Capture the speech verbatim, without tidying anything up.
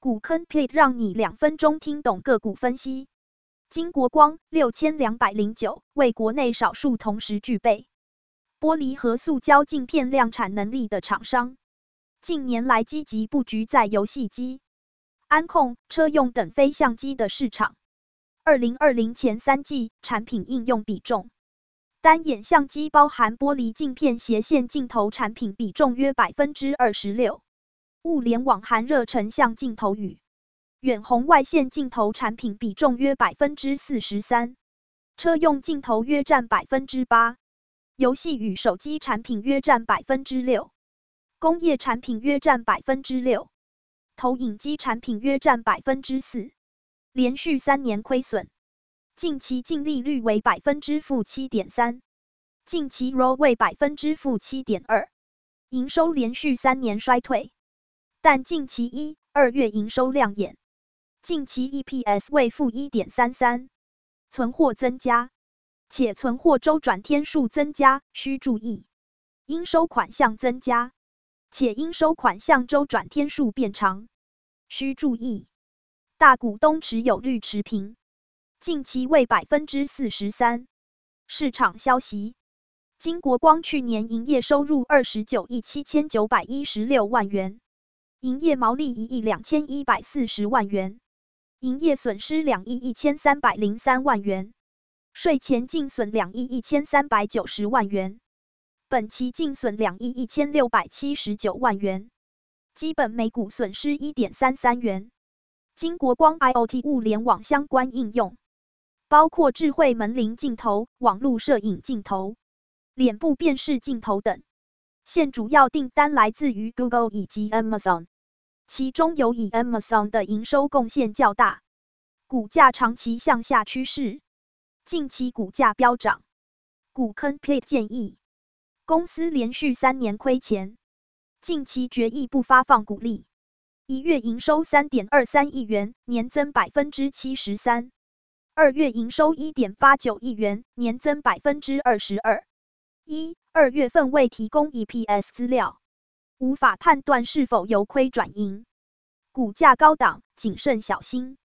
股坑 plate 让你两分钟听懂个股分析。金国光六千两百零九为国内少数同时具备玻璃和塑胶镜片量产能力的厂商，近年来积极布局在游戏机、安控、车用等非相机的市场。二零二零前三季产品应用比重，单眼相机包含玻璃镜片斜线镜头产品比重约 百分之二十六， 物联网含热成像镜头与远红外线镜头产品比重约 百分之四十三， 车用镜头约占 百分之八， 游戏与手机产品约占 百分之六， 工业产品约占 百分之六， 投影机产品约占 百分之四， 连续三年亏损，近期净利率为 百分之负七点三， 近期 R O E 为 百分之负七点二， 营收连续三年衰退，但近期一、二月营收亮眼，近期 E P S 为负 一点三三， 存货增加，且存货周转天数增加，需注意。应收款项增加，且应收款项周转天数变长，需注意。大股东持有率持平，近期为 百分之四十三。市场消息，金国光去年营业收入二十九亿七千九百一十六万元，营业毛利一亿两千一百四十万元，营业损失两亿一千三百零三万元，税前净损两亿一千三百九十万元，本期净损两亿一千六百七十九万元，基本每股损失 一点三三元。金国光 I O T 物联网相关应用，包括智慧门铃镜头、网络摄影镜头、脸部辨识镜头等，现主要订单来自于 Google 以及 Amazon， 其中尤以 Amazon 的营收贡献较大，股价长期向下趋势，近期股价飙涨。股坑 plate 建议，公司连续三年亏钱，近期决议不发放股利。一月营收 三点二三亿元，年增 百分之七十三， 二月营收 一点八九亿元，年增 百分之二十二。一、二月份未提供 E P S 资料，无法判断是否由亏转盈，股价高档，谨慎小心。